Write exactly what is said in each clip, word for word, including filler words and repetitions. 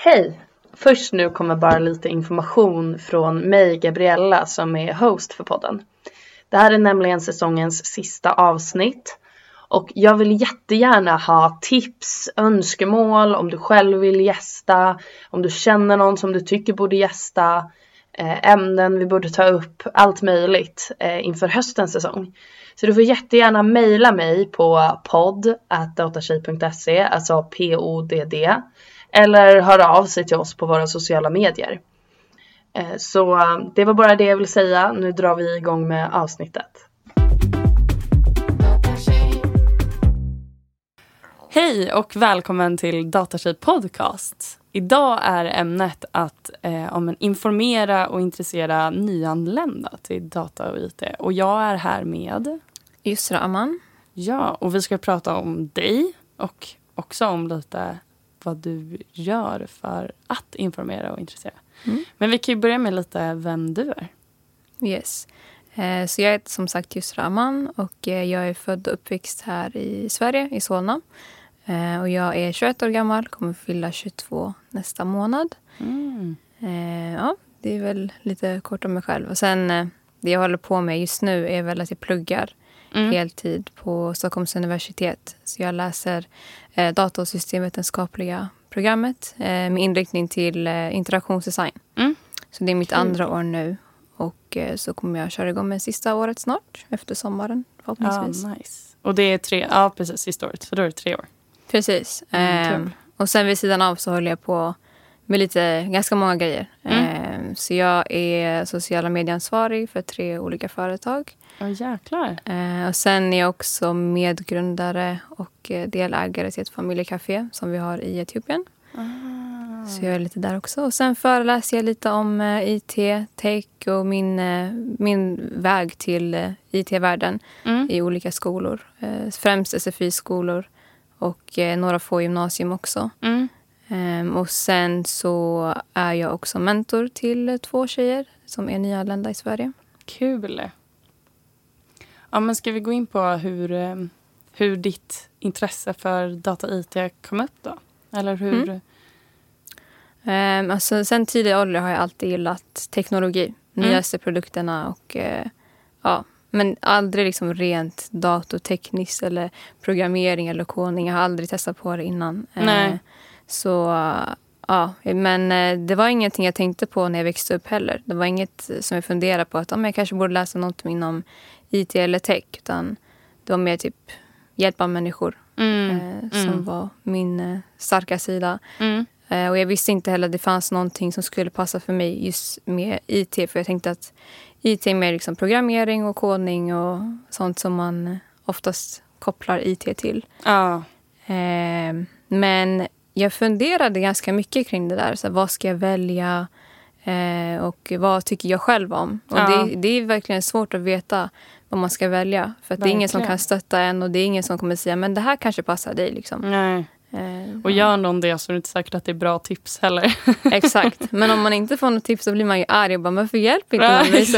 Hej! Först nu kommer bara lite information från mig, Gabriella, som är host för podden. Det här är nämligen säsongens sista avsnitt. Och jag vill jättegärna ha tips, önskemål, om du själv vill gästa, om du känner någon som du tycker borde gästa, ämnen vi borde ta upp, allt möjligt inför höstens säsong. Så du får jättegärna mejla mig på podd at datatjej punkt se, alltså P O D D, eller höra av sig till oss på våra sociala medier. Så det var bara det jag vill säga. Nu drar vi igång med avsnittet. Hej och välkommen till Datatjej podcast. Idag är ämnet att eh, om en informera och intressera nyanlända till data och I T. Och jag är här med Yusra Aman. Ja, och vi ska prata om dig och också om lite vad du gör för att informera och intressera. Mm. Men vi kan ju börja med lite vem du är. Yes. Eh, så jag är som sagt Yusra Aman och eh, jag är född och uppväxt här i Sverige, i Solna. Eh, och jag är tjugoett år gammal, kommer fylla tjugotvå nästa månad. Mm. Eh, ja, det är väl lite kort om mig själv. Och sen eh, det jag håller på med just nu är väl att jag pluggar mm. heltid på Stockholms universitet. Så jag läser eh, data- och systemvetenskapliga programmet eh, med inriktning till eh, interaktionsdesign. Mm. Så det är mitt Kul. andra år nu. Och eh, så kommer jag köra igång med sista året snart, efter sommaren förhoppningsvis. Ja, nice. Och det är tre, ja precis, sista året, så då är det tre år. Precis. Mm, eh, och sen vid sidan av så håller jag på med lite, ganska många grejer. Mm. Eh, så jag är sociala medieansvarig för tre olika företag. Ja, jäklar. Eh, och sen är jag också medgrundare och delägare till ett familjecafé som vi har i Etiopien. Ah. Så jag är lite där också. Och sen föreläser jag lite om eh, I T, tech och min, eh, min väg till eh, I T-världen mm. i olika skolor. Eh, främst S F I-skolor och eh, några få gymnasium också. Mm. Um, och sen så är jag också mentor till två tjejer som är nyanlända i Sverige. Kul! Ja, men ska vi gå in på hur, hur ditt intresse för data-I T kom upp då? Eller hur? Mm. Um, alltså, sen tidig ålder har jag alltid gillat teknologi. Mm. Nyaste produkterna och uh, ja, men aldrig liksom rent datortekniskt eller programmering eller kodning. Jag har aldrig testat på det innan. Nej. Uh, Så ja, men det var ingenting jag tänkte på när jag växte upp heller. Det var inget som jag funderade på att om jag kanske borde läsa något inom I T eller tech. Utan det var mer typ hjälpa människor mm. eh, som mm. var min eh, starka sida. Mm. Eh, och jag visste inte heller att det fanns någonting som skulle passa för mig just med I T. För jag tänkte att I T är mer liksom programmering och kodning och sånt som man oftast kopplar I T till. Ah. Eh, men jag funderade ganska mycket kring det där. Så vad ska jag välja? Eh, och vad tycker jag själv om? Och ja. det, det är verkligen svårt att veta vad man ska välja. För att det är ingen som kan stötta en. Och det är ingen som kommer säga, men det här kanske passar dig. Liksom. Nej. Eh, och gör någon det så är det inte säkert att det är bra tips heller. Exakt. Men om man inte får något tips så blir man ju arg. Och bara, men för hjälp inte någon mig.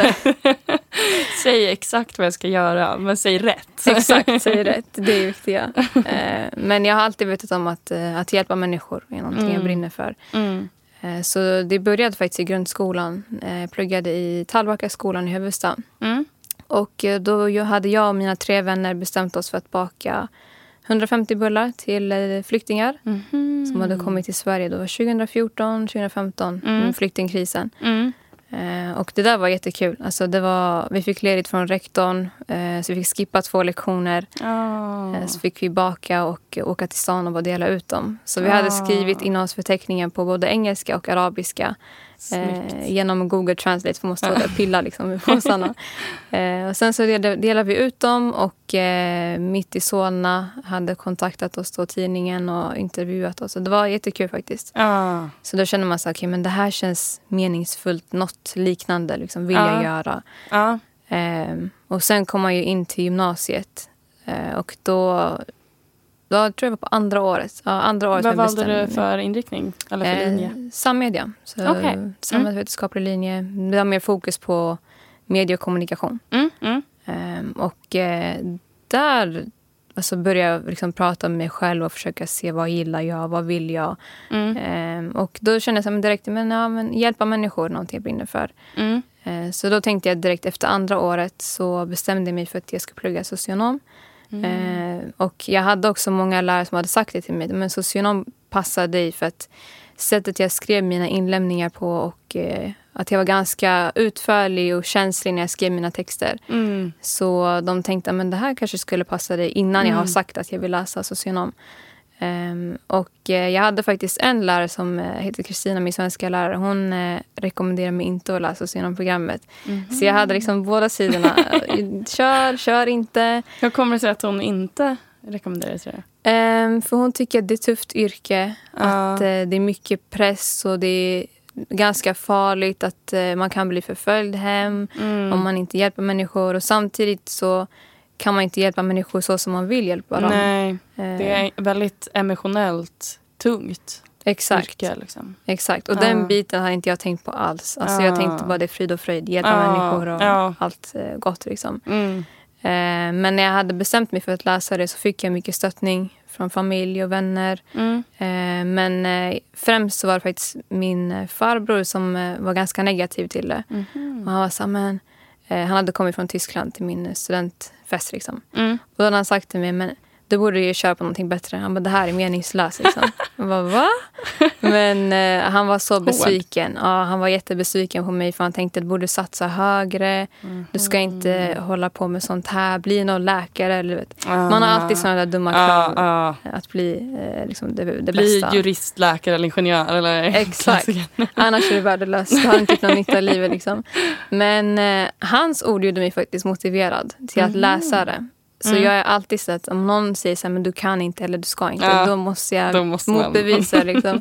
Säg exakt vad jag ska göra, men säg rätt. Exakt, säg rätt. Det är viktiga. Eh, men jag har alltid vetat om att, att hjälpa människor är någonting mm. jag brinner för. Mm. Eh, så det började faktiskt i grundskolan. Jag eh, pluggade i Tallbackaskolan i Huvudsta. Mm. Och då hade jag och mina tre vänner bestämt oss för att baka hundrafemtio bullar till eh, flyktingar mm. som hade kommit till Sverige. Det var tjugohundrafjorton tjugohundrafemton, mm. flyktingkrisen. Mm. Eh, och det där var jättekul. Alltså det var, vi fick ledigt från rektorn, eh, så vi fick skippa två lektioner. Oh. Eh, så fick vi baka och åka till stan och bara dela ut dem. Så vi oh. hade skrivit innehållsförteckningen på både engelska och arabiska. Eh, genom Google Translate, för man måste stå och pilla liksom med påsarna. eh, och sen så delade, delade vi ut dem och eh, mitt i Solna hade kontaktat oss då, tidningen, och intervjuat oss. Och det var jättekul faktiskt. Ah. Så då kände man så, okej, okay, men det här känns meningsfullt, något liknande liksom vill ah. jag göra. Ah. Eh, och sen kom man ju in till gymnasiet eh, och då Då tror jag var på andra året. Ja, andra året. Vad valde du för inriktning? Eller för eh, linje? Sammedia. Så okay. Samhällsvetenskaplig mm. linje. Det har mer fokus på medie och kommunikation. Mm. Mm. Um, och eh, där alltså börja liksom prata med mig själv och försöka se vad gillar jag, vad vill jag. Mm. Eh, och då kände jag direkt, men, ja, men hjälpa människor, någonting jag brinner för. Mm. Eh, så då tänkte jag direkt efter andra året så bestämde jag mig för att jag skulle plugga socionom. Mm. Eh, och jag hade också många lärare som hade sagt det till mig, men socionom passar dig för att sättet jag skrev mina inlämningar på och eh, att jag var ganska utförlig och känslig när jag skrev mina texter. Mm. Så de tänkte att det här kanske skulle passa dig innan mm. jag har sagt att jag vill läsa socionom. Um, och uh, jag hade faktiskt en lärare som uh, heter Kristina, min svenska lärare. Hon uh, rekommenderade mig inte att läsa socionomprogrammet. Mm. Så jag hade liksom båda sidorna. kör, kör inte. Hur kommer det sig att hon inte rekommenderar det? Um, för hon tycker att det är ett tufft yrke. Uh. Att uh, det är mycket press och det är ganska farligt att uh, man kan bli förföljd hem mm. om man inte hjälper människor. Och samtidigt så kan man inte hjälpa människor så som man vill hjälpa dem. Nej, det är väldigt emotionellt tungt. Exakt. Yrke, liksom. Exakt. Och uh. den biten har inte jag tänkt på alls. Alltså uh. jag tänkte bara det är frid och fröjd. Hjälpa uh. människor och uh. allt uh, gott liksom. Mm. Uh, men när jag hade bestämt mig för att läsa det så fick jag mycket stöttning från familj och vänner. Mm. Uh, men uh, främst så var det faktiskt min farbror som uh, var ganska negativ till det. Mm. Och han var så här, men han hade kommit från Tyskland till min studentfest liksom. Mm. Och då hade han sagt till mig, men du borde ju köpa någonting bättre. Han bara, det här är meningslöst liksom. Jag bara, va? Men eh, han var så besviken. Ja, han var jättebesviken på mig för han tänkte att du borde satsa högre. Mm. Du ska inte hålla på med sånt här. Bli någon läkare. Eller, vet. Mm. Man har alltid sådana där dumma krav. Uh, uh. Att bli eh, liksom det, det bli bästa. Bli jurist, läkare eller ingenjör. Eller exakt. Annars är det värdelöst. Du har inte någon nytta i livet liksom. Men eh, hans ord gjorde mig faktiskt motiverad till att mm. läsa det. Så mm. jag är alltid så att om någon säger så här, men du kan inte eller du ska inte, ja, då måste jag då måste motbevisa. Liksom.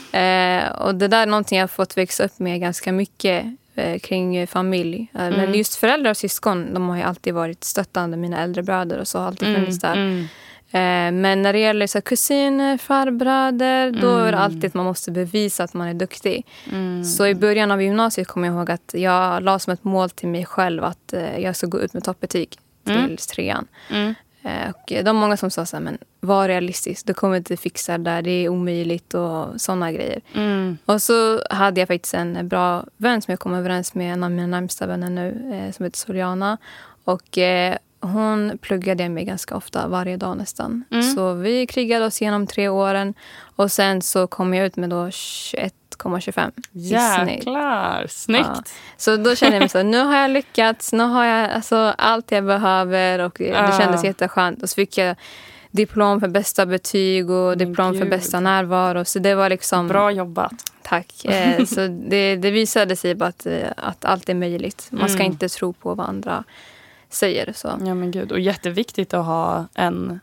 eh, och det där är någonting jag har fått växa upp med ganska mycket eh, kring familj. Eh, mm. Men just föräldrar och syskon, de har ju alltid varit stöttande, mina äldre bröder och så har alltid funnits där. Mm. Eh, men när det gäller så här, kusiner, farbröder, mm. då är det alltid att man måste bevisa att man är duktig. Mm. Så i början av gymnasiet kommer jag ihåg att jag la som ett mål till mig själv att eh, jag ska gå ut med toppbetyg till mm. trean. Mm. Eh, och de många som sa så här, men var realistisk, du kommer inte fixa det där, det är omöjligt och sådana grejer. Mm. Och så hade jag faktiskt en bra vän som jag kom överens med, en av mina närmsta vänner nu, eh, som heter Soliana. Och eh, hon pluggade mig ganska ofta, varje dag nästan. Mm. Så vi krigade oss genom tre åren. Och sen så kom jag ut med då tjugoett komma tjugofem. Jäklar, snyggt. Ja. Så då kände jag mig så, nu har jag lyckats. Nu har jag alltså allt jag behöver. Och det uh. kändes jätteskönt. Och så fick jag diplom för bästa betyg och diplom för bästa närvaro. Så det var liksom... Bra jobbat. Tack. Eh, så det, det visade sig bara att, att allt är möjligt. Man ska mm. inte tro på vad andra säger. Så. Ja men gud, och jätteviktigt att ha en,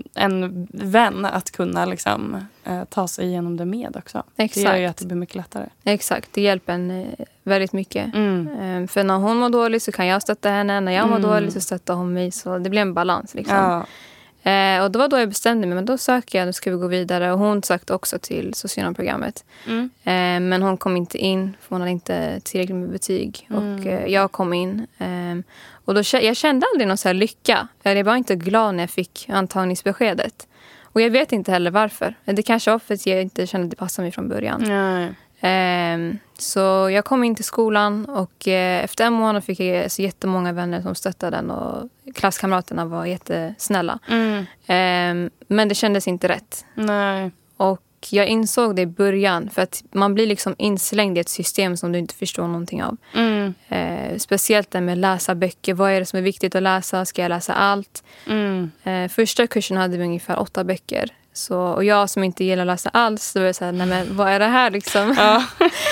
en vän att kunna liksom, eh, ta sig igenom det med också. Exakt. Det gör ju att det blir mycket lättare. Exakt, det hjälper en eh, väldigt mycket. Mm. Eh, för när hon mår dåligt så kan jag stötta henne. När jag mår mm. dåligt så stöttar hon mig. Så det blir en balans liksom. Ja. Eh, och det var då jag bestämde mig, men då söker jag, nu ska vi gå vidare. Och hon sökte också till socionomprogrammet. Mm. Eh, men hon kom inte in, för hon hade inte tillräckligt med betyg. Mm. Och eh, jag kom in. Eh, och då, jag kände aldrig någon så här lycka. Jag var inte glad när jag fick antagningsbeskedet. Och jag vet inte heller varför. Det kanske var för att jag inte kände att det passade mig från början. Mm. Eh, så jag kom in till skolan och eh, efter en månad fick jag så jättemånga vänner som stöttade den och klasskamraterna var jättesnälla. Mm. Eh, men det kändes inte rätt. Nej. Och jag insåg det i början för att man blir liksom inslängd i ett system som du inte förstår någonting av. Mm. Eh, speciellt det med läsa böcker. Vad är det som är viktigt att läsa? Ska jag läsa allt? Mm. Eh, första kursen hade vi ungefär åtta böcker. Så, och jag som inte gillar att läsa alls, då var jag så här, nej men vad är det här liksom? Ja.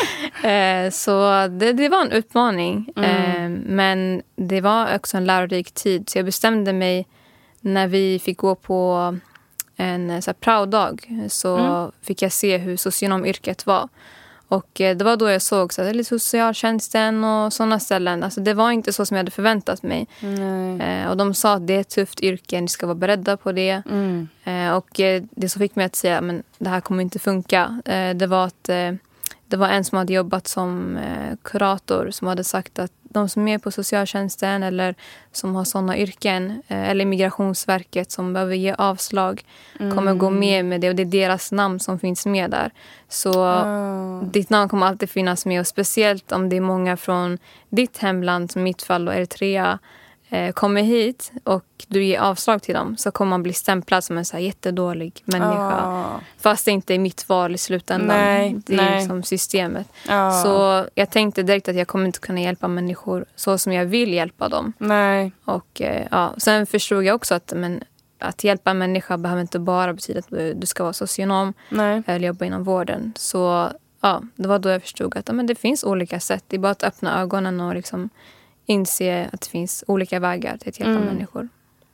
eh, så det, det var en utmaning. Mm. Eh, men det var också en lärorik tid. Så jag bestämde mig när vi fick gå på en så här praodag så mm. fick jag se hur socionomyrket var. Och eh, det var då jag såg så här, eller socialtjänsten och sådana ställen. Alltså det var inte så som jag hade förväntat mig. Eh, och de sa att det är ett tufft yrke, ni ska vara beredda på det. Mm. Eh, och eh, det som fick mig att säga, men det här kommer inte funka. Eh, det var att eh, det var en som hade jobbat som eh, kurator som hade sagt att de som är på socialtjänsten eller som har sådana yrken eh, eller Migrationsverket som behöver ge avslag mm. kommer gå med med det och det är deras namn som finns med där. Så oh. ditt namn kommer alltid finnas med och speciellt om det är många från ditt hemland, som i mitt fall och Eritrea, eh, kommer hit och du ger avslag till dem så kommer man bli stämplad som en så här jättedålig människa. Oh. Fast det inte är mitt val i slutändan. Nej, det är nej. liksom systemet. Oh. Så jag tänkte direkt att jag kommer inte kunna hjälpa människor så som jag vill hjälpa dem. Nej. Och eh, ja, sen förstod jag också att men, att hjälpa en människa behöver inte bara betyda att du ska vara socionom Nej. eller jobba inom vården. Så ja, det var då jag förstod att ja, men det finns olika sätt. Det är bara att öppna ögonen och liksom inse att det finns olika vägar till att hjälpa mm. människor.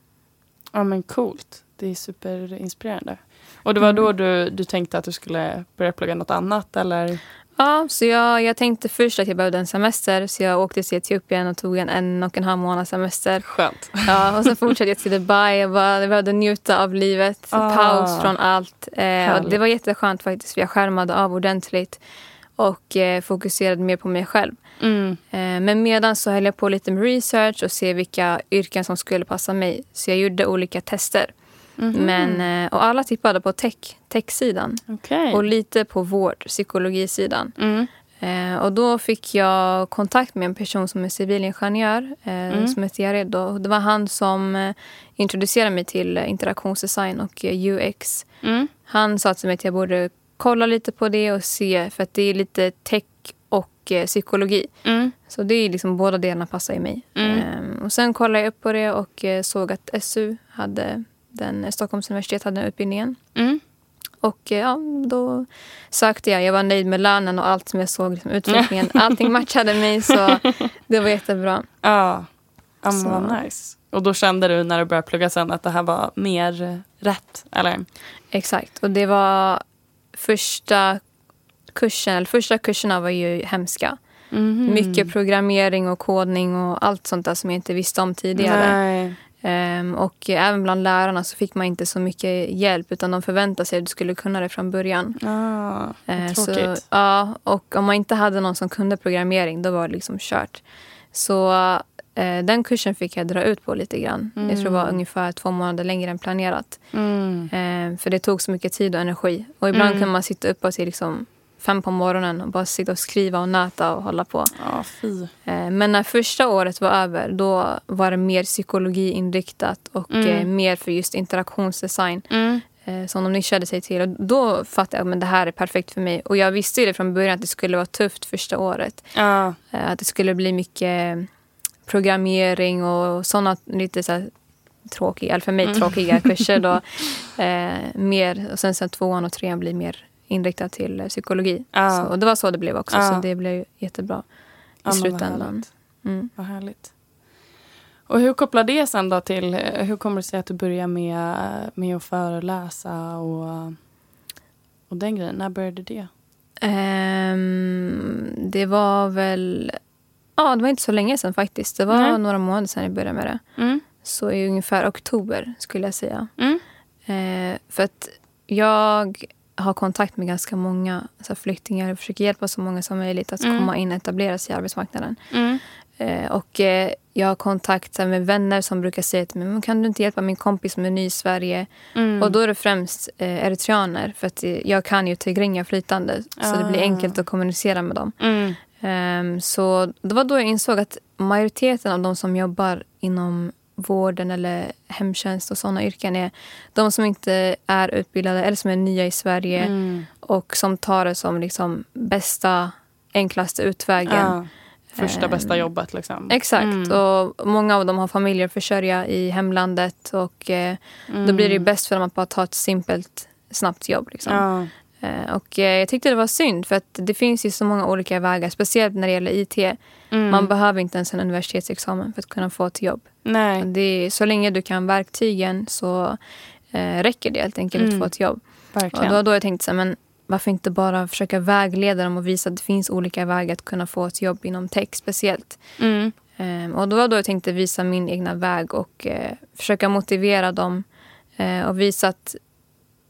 Ja, men coolt. Det är superinspirerande. Och det var då du, du tänkte att du skulle börja plugga något annat, eller? Ja, så jag, jag tänkte först att jag behövde en semester. Så jag åkte till Etiopien och tog en en och en halv månad semester. Skönt. Ja, och sen fortsatte jag till Dubai. Jag, bara, jag behövde njuta av livet. Ah, paus från allt. Eh, och det var jätteskönt faktiskt. För jag skärmade av ordentligt. Och eh, fokuserade mer på mig själv. Mm. Eh, men medan så höll jag på lite med research och se vilka yrken som skulle passa mig. Så jag gjorde olika tester. Mm-hmm. Men, eh, och alla tippade på tech, tech-sidan. Okay. Och lite på vård, psykologisidan. Mm. Eh, och då fick jag kontakt med en person som är civilingenjör. Eh, mm. Som heter Jared. Och det var han som eh, introducerade mig till interaktionsdesign och eh, U X. Mm. Han sa till mig att jag borde kolla lite på det och se. För att det är lite tech och eh, psykologi. Mm. Så det är liksom båda delarna passar i mig. Mm. Eh, och sen kollade jag upp på det och eh, såg att S U hade... Den, Stockholms universitet hade den utbildningen. Mm. Och ja, då sökte jag. Jag var nöjd med lönen och allt som jag såg. Liksom, utvecklingen. Allting matchade mig så det var jättebra. Ja, ja men vad nice. Och då kände du när du började plugga sen att det här var mer rätt, eller? Exakt. Och det var första kursen, eller första kurserna var ju hemska. Mm. Mycket programmering och kodning och allt sånt där som jag inte visste om tidigare. Nej. Um, och även bland lärarna så fick man inte så mycket hjälp utan de förväntade sig att du skulle kunna det från början. Ah, uh, tråkigt. Så, ja, och om man inte hade någon som kunde programmering då var det liksom kört. Så uh, den kursen fick jag dra ut på lite grann. Mm. Jag tror det var ungefär två månader längre än planerat. Mm. Uh, för det tog så mycket tid och energi. Och ibland mm. kan man sitta uppe till liksom fem på morgonen och bara sitta och skriva och nöta och hålla på. Ja, fy. Men när första året var över då var det mer psykologiinriktat och mm. mer för just interaktionsdesign mm. som de nischade sig till. Och då fattade jag att det här är perfekt för mig. Och jag visste ju det från början att det skulle vara tufft första året. Ja. Att det skulle bli mycket programmering och sådana lite så här tråkiga, eller för mig mm. tråkiga kurser då. eh, mer, och sen sen tvåan och trean blir mer inriktad till psykologi. Ah. Så, och det var så det blev också. Ah. Så det blev jättebra i ah, slutändan. Vad härligt. Mm. Vad härligt. Och hur kopplar det sen då till... Hur kommer det sig att du börjar med, med att föreläsa och, och den grejen? När började det? Um, det var väl... Ja, det var inte så länge sedan faktiskt. Det var mm. några månader sedan jag började med det. Mm. Så i ungefär oktober skulle jag säga. Mm. Uh, för att jag... har kontakt med ganska många alltså flyktingar och försöker hjälpa så många som möjligt att mm. komma in och etablera sig i arbetsmarknaden. Mm. Eh, och eh, jag har kontakt med vänner som brukar säga till mig, men kan du inte hjälpa min kompis som är ny i Sverige? Mm. Och då är det främst eh, eritreaner för att eh, jag kan ju tigrinja flytande ah. så det blir enkelt att kommunicera med dem. Mm. Eh, så det var då jag insåg att majoriteten av de som jobbar inom vården eller hemtjänst och sådana yrken är de som inte är utbildade eller som är nya i Sverige mm. och som tar det som liksom bästa, enklaste utvägen. Ja, första um, bästa jobbet liksom. Exakt, mm. och många av dem har familjer att försörja i hemlandet och eh, mm. då blir det ju bäst för dem att bara ta ett simpelt, snabbt jobb liksom. Ja. Och jag tyckte det var synd för att det finns ju så många olika vägar, speciellt när det gäller I T. Mm. Man behöver inte ens en universitetsexamen för att kunna få ett jobb. Nej. Det är, så länge du kan verktygen så eh, räcker det helt enkelt mm. att få ett jobb. Verkligen. Och då, då jag tänkte så här, men varför inte bara försöka vägleda dem och visa att det finns olika vägar att kunna få ett jobb inom tech speciellt. Mm. Eh, och då var då jag tänkte visa min egna väg och eh, försöka motivera dem eh, och visa att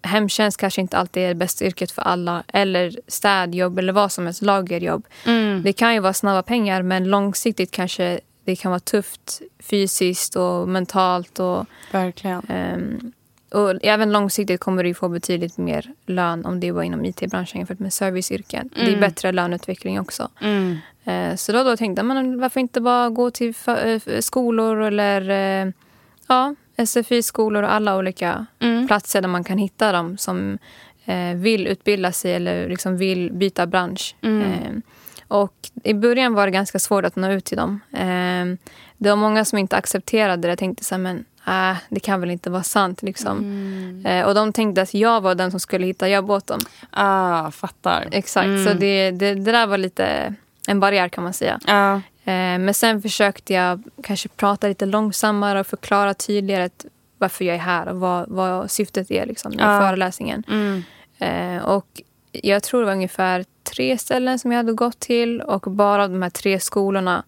hemtjänst kanske inte alltid är det bästa yrket för alla. Eller städjobb eller vad som helst, lagerjobb. Mm. Det kan ju vara snabba pengar, men långsiktigt kanske det kan vara tufft fysiskt och mentalt. Och, verkligen. Um, och även långsiktigt kommer du få betydligt mer lön om det var inom I T-branschen jämfört med serviceyrken. Mm. Det är bättre löneutveckling också. Mm. Uh, så då, då tänkte man, varför inte bara gå till f- skolor eller uh, ja, S F I-skolor och alla olika mm. platser där man kan hitta dem som uh, vill utbilda sig eller liksom vill byta bransch. Mm. Uh, och i början var det ganska svårt att nå ut till dem. Uh, det var många som inte accepterade det. Jag tänkte så här, men äh, det kan väl inte vara sant liksom. Mm. Eh, och de tänkte att jag var den som skulle hitta jobb åt dem. Ah, fattar. Exakt, mm. så det, det, det där var lite en barriär kan man säga. Ah. Eh, men sen försökte jag kanske prata lite långsammare och förklara tydligare varför jag är här och vad, vad syftet är liksom, i ah. föreläsningen. Mm. Eh, och jag tror det var ungefär tre ställen som jag hade gått till och bara av de här tre skolorna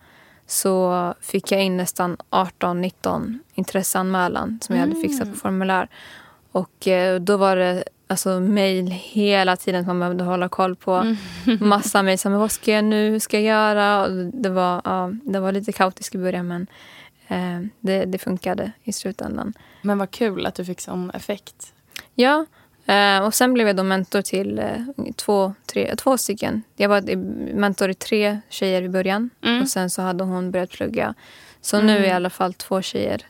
så fick jag in nästan arton nitton intresseanmälan som jag hade fixat på formulär. Och eh, då var det alltså mejl hela tiden som man behövde hålla koll på. Mm. Massa mejl som, vad ska jag nu, hur ska jag göra? Och det, var, ja, det var lite kaotiskt i början, men eh, det, det funkade i slutändan. Men vad kul att du fick sån effekt. Ja, eh, och sen blev jag då mentor till eh, två, tre, två stycken. Jag var mentor i tre tjejer i början. Mm. Och sen så hade hon börjat plugga. Så mm. nu är i alla fall två tjejer.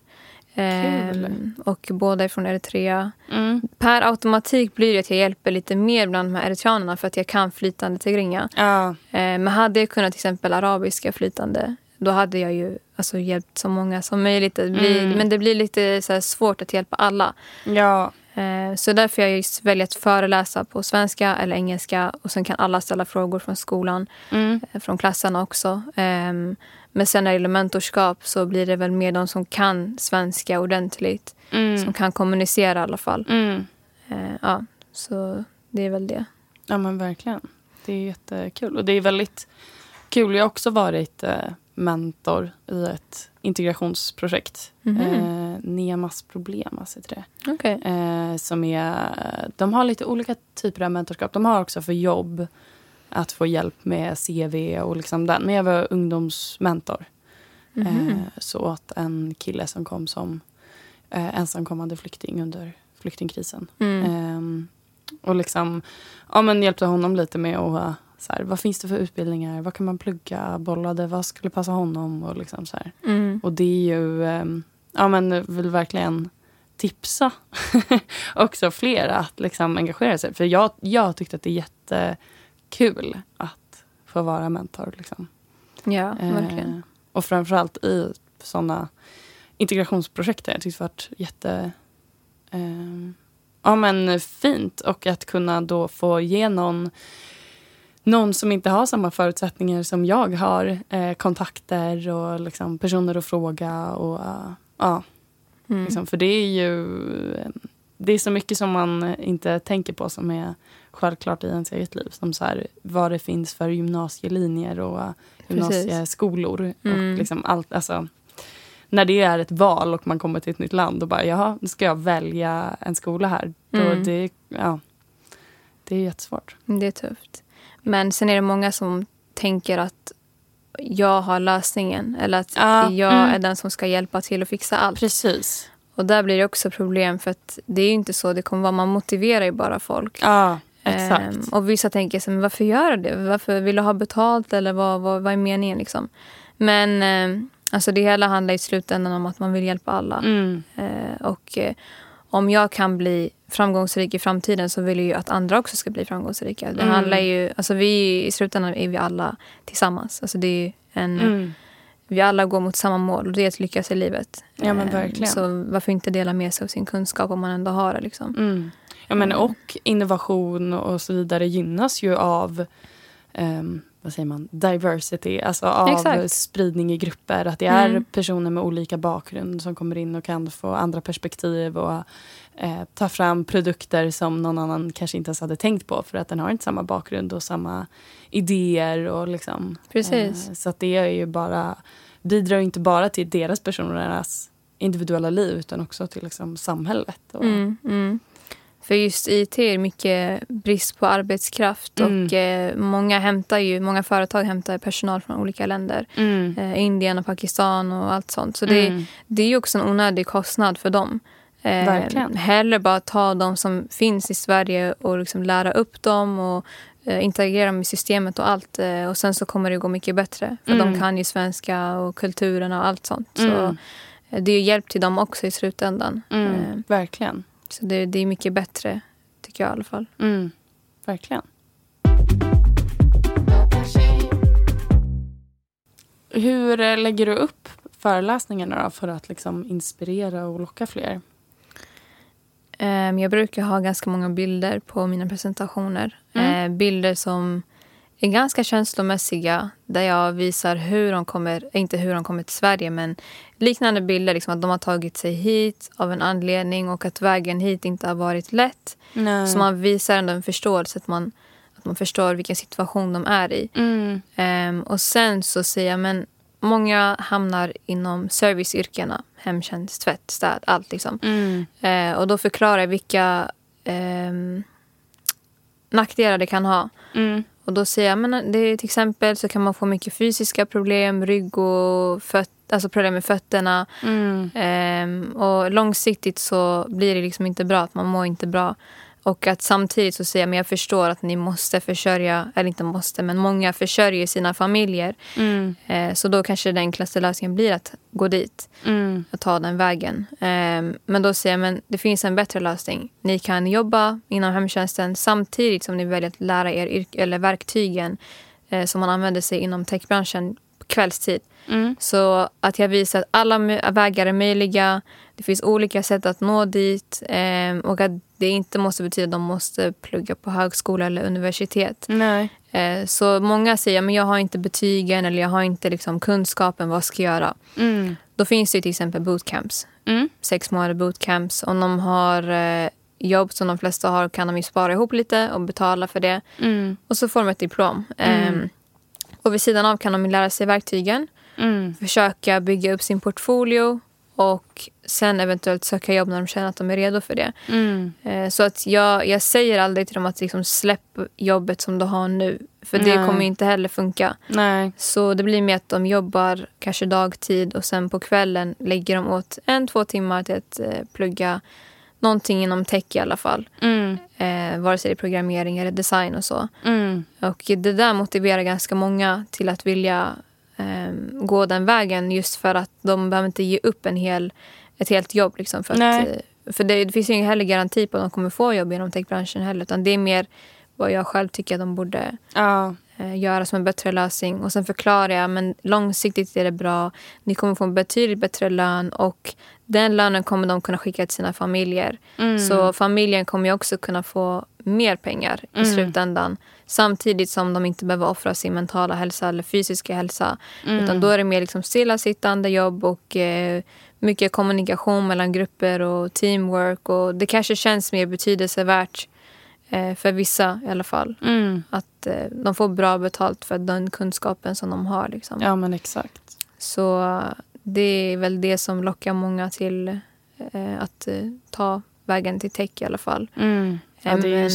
Eh, och båda är från Eritrea. Mm. Per automatik blir det att jag hjälper lite mer bland de här eritreanerna för att jag kan flytande tigrinja. Ja. Eh, men hade jag kunnat till exempel arabiska flytande, då hade jag ju alltså, hjälpt så många som möjligt. Det blir, mm. Men det blir lite så här, svårt att hjälpa alla. Ja. Så därför har jag just väljer att föreläsa på svenska eller engelska. Och sen kan alla ställa frågor från skolan. Mm. Från klasserna också. Men sen när det gäller mentorskap så blir det väl mer de som kan svenska ordentligt. Mm. Som kan kommunicera i alla fall. Mm. Ja, så det är väl det. Ja men verkligen. Det är jättekul. Och det är väldigt kul. Jag har också varit mentor i ett integrationsprojekt. Mm-hmm. Eh, Nemas problem, alltså det. Okay. Eh, som är, de har lite olika typer av mentorskap. De har också för jobb att få hjälp med C V och liksom den. Men jag var ungdomsmentor. Mm-hmm. Eh, så åt en kille som kom som eh, ensamkommande flykting under flyktingkrisen. Mm. Eh, och liksom, ja men hjälpte honom lite med att så här, vad finns det för utbildningar? Vad kan man plugga? Bollade? Vad skulle passa honom? Och, liksom så här. Mm. Och det är ju... Um, ja, men vill verkligen tipsa också fler att liksom engagera sig. För jag, jag tyckte att det är jättekul att få vara mentor. Liksom. Ja, verkligen. Eh, och framförallt i sådana integrationsprojekt. Jag tyckte det varit jätte... Eh, ja, men fint. Och att kunna då få ge någon... Någon som inte har samma förutsättningar som jag har. Eh, kontakter och liksom, personer att fråga. Och, uh, ja, mm. liksom, för det är ju... Det är så mycket som man inte tänker på som är självklart i ens eget liv. Som så här, vad det finns för gymnasielinjer och uh, gymnasieskolor. Mm. Och liksom allt, alltså, när det är ett val och man kommer till ett nytt land och bara, jaha, nu ska jag välja en skola här. Då mm. det, ja, det är jättesvårt. Det är tufft. Men sen är det många som tänker att jag har lösningen. Eller att ja, jag mm. är den som ska hjälpa till att fixa allt. Precis. Och där blir det också problem. För att det är ju inte så det kommer vara. Man motiverar ju bara folk. Ja, exakt. Ehm, och vissa tänker sig, men varför gör du det? Varför vill du ha betalt? Eller vad, vad, vad är meningen liksom? Men eh, alltså det hela handlar i slutändan om att man vill hjälpa alla. Mm. Ehm, och eh, om jag kan bli framgångsrik i framtiden så vill jag ju att andra också ska bli framgångsrika. Det mm. handlar ju, alltså vi i slutändan är vi alla tillsammans. Alltså det är ju en, mm. vi alla går mot samma mål och det är att lyckas i livet. Ja men verkligen. Så varför inte dela med sig av sin kunskap om man ändå har det liksom. Mm. Ja men och innovation och så vidare gynnas ju av um, vad säger man, diversity, alltså av Exakt. spridning i grupper, att det är mm. personer med olika bakgrund som kommer in och kan få andra perspektiv och eh, ta fram produkter som någon annan kanske inte ens hade tänkt på för att den har inte samma bakgrund och samma idéer och liksom. Precis. Eh, så att det är ju bara, bidrar inte bara till deras personernas individuella liv utan också till liksom samhället. Och, mm, mm. För just I T är mycket brist på arbetskraft Mm. och eh, många hämtar ju, många företag hämtar personal från olika länder. Mm. Eh, Indien och Pakistan och allt sånt. Så det, Mm. det är ju också en onödig kostnad för dem. Eh, Verkligen. hellre bara ta de som finns i Sverige och liksom lära upp dem och eh, integrera med systemet och allt. Eh, och sen så kommer det gå mycket bättre. För Mm. de kan ju svenska och kulturen och allt sånt. Så Mm. eh, det är ju hjälp till dem också i slutändan. Mm. Eh, Verkligen. så det, det är mycket bättre, tycker jag i alla fall. Mm. Verkligen. Hur eh, lägger du upp föreläsningarna då för att liksom inspirera och locka fler? Um, jag brukar ha ganska många bilder på mina presentationer. Mm. Uh, bilder som är ganska känslomässiga. Där jag visar hur de kommer, inte hur de kommer till Sverige, men liknande bilder. Liksom att de har tagit sig hit av en anledning och att vägen hit inte har varit lätt. Nej. Så man visar ändå en förståelse, att man, att man förstår vilken situation de är i. Mm. Um, och sen så säger jag, men många hamnar inom serviceyrkena. Hemtjänst, tvätt, städ, allt liksom. Mm. Eh, och då förklarar jag vilka eh, nackdelar det kan ha. Mm. Och då säger jag, men det är till exempel så kan man få mycket fysiska problem, rygg och föt, alltså problem med fötterna. Mm. Eh, och långsiktigt så blir det liksom inte bra, att man mår inte bra. Och att samtidigt så säger jag, men jag förstår att ni måste försörja, eller inte måste, men många försörjer sina familjer. Mm. Eh, så då kanske den enklaste lösningen blir att gå dit. Mm. Att ta den vägen. Eh, men då säger jag, men det finns en bättre lösning. Ni kan jobba inom hemtjänsten samtidigt som ni väljer att lära er yrke, eller verktygen eh, som man använder sig inom techbranschen på kvällstid. Mm. Så att jag visar att alla mö- vägar är möjliga. Det finns olika sätt att nå dit. Eh, och att det inte måste betyda att de måste plugga på högskola eller universitet. Nej. Eh, så många säger, men jag har inte betygen eller jag har inte liksom kunskapen, vad ska jag göra? Mm. Då finns det ju till exempel bootcamps. Mm. Sex månader bootcamps. Om de har eh, jobb som de flesta har kan de ju spara ihop lite och betala för det. Mm. Och så får de ett diplom. Mm. Eh, och vid sidan av kan de lära sig verktygen. Mm. Försöka bygga upp sin portfolio. Och sen eventuellt söka jobb när de känner att de är redo för det. Mm. Eh, så att jag, jag säger aldrig till dem att liksom släpp jobbet som du har nu. För det Nej. kommer inte heller funka. Nej. Så det blir mer att de jobbar kanske dagtid och sen på kvällen lägger de åt en, två timmar till att eh, plugga någonting inom tech i alla fall. Mm. Eh, vare sig det är programmering eller design och så. Mm. Och det där motiverar ganska många till att vilja eh, gå den vägen, just för att de behöver inte ge upp en hel, ett helt jobb. Liksom, för att, Nej. för det, det finns ju ingen heller garanti på att de kommer få jobb inom techbranschen heller. Utan det är mer vad jag själv tycker att de borde Ja. eh, göra som en bättre lösning. Och sen förklarar jag, men långsiktigt är det bra. Ni kommer få en betydligt bättre lön och den lönen kommer de kunna skicka till sina familjer. Mm. Så familjen kommer ju också kunna få mer pengar i Mm. slutändan. Samtidigt som de inte behöver offra sin mentala hälsa eller fysiska hälsa. Mm. Utan då är det mer liksom stillasittande jobb och eh, mycket kommunikation mellan grupper och teamwork. Och det kanske känns mer betydelsevärt eh, för vissa i alla fall. Mm. Att eh, de får bra betalt för den kunskapen som de har. Liksom. Ja, men exakt. Så det är väl det som lockar många till eh, att eh, ta vägen till tech i alla fall. Mm. Ja, det är ju Men-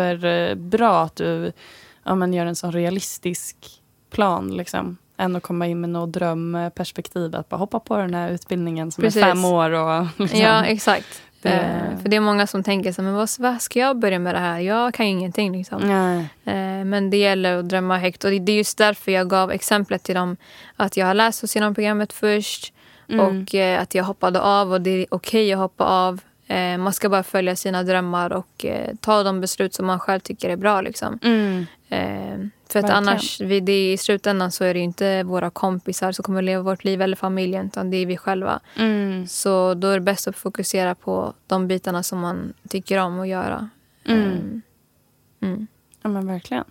superbra att du ja, men gör en sån realistisk plan liksom. Än att komma in med något drömperspektiv. Att bara hoppa på den här utbildningen som Precis. är fem år. Och, liksom. Ja, exakt. Det- Eh, för det är många som tänker så, men vad, vad ska jag börja med det här? Jag kan ju ingenting liksom. Nej. Eh, men det gäller att drömma högt. Och det, det är just därför jag gav exemplet till dem. Att jag har läst socionomprogrammet först. Mm. Och eh, att jag hoppade av. Och det är okej att hoppa av. Eh, man ska bara följa sina drömmar. Och eh, ta de beslut som man själv tycker är bra liksom. Mm. Eh, för att Verkligen. annars, vid det, i slutändan så är det ju inte våra kompisar som kommer leva vårt liv eller familjen, utan det är vi själva. Mm. Så då är det bäst att fokusera på de bitarna som man tycker om att göra. Mm. Eh, mm. Ja, men verkligen.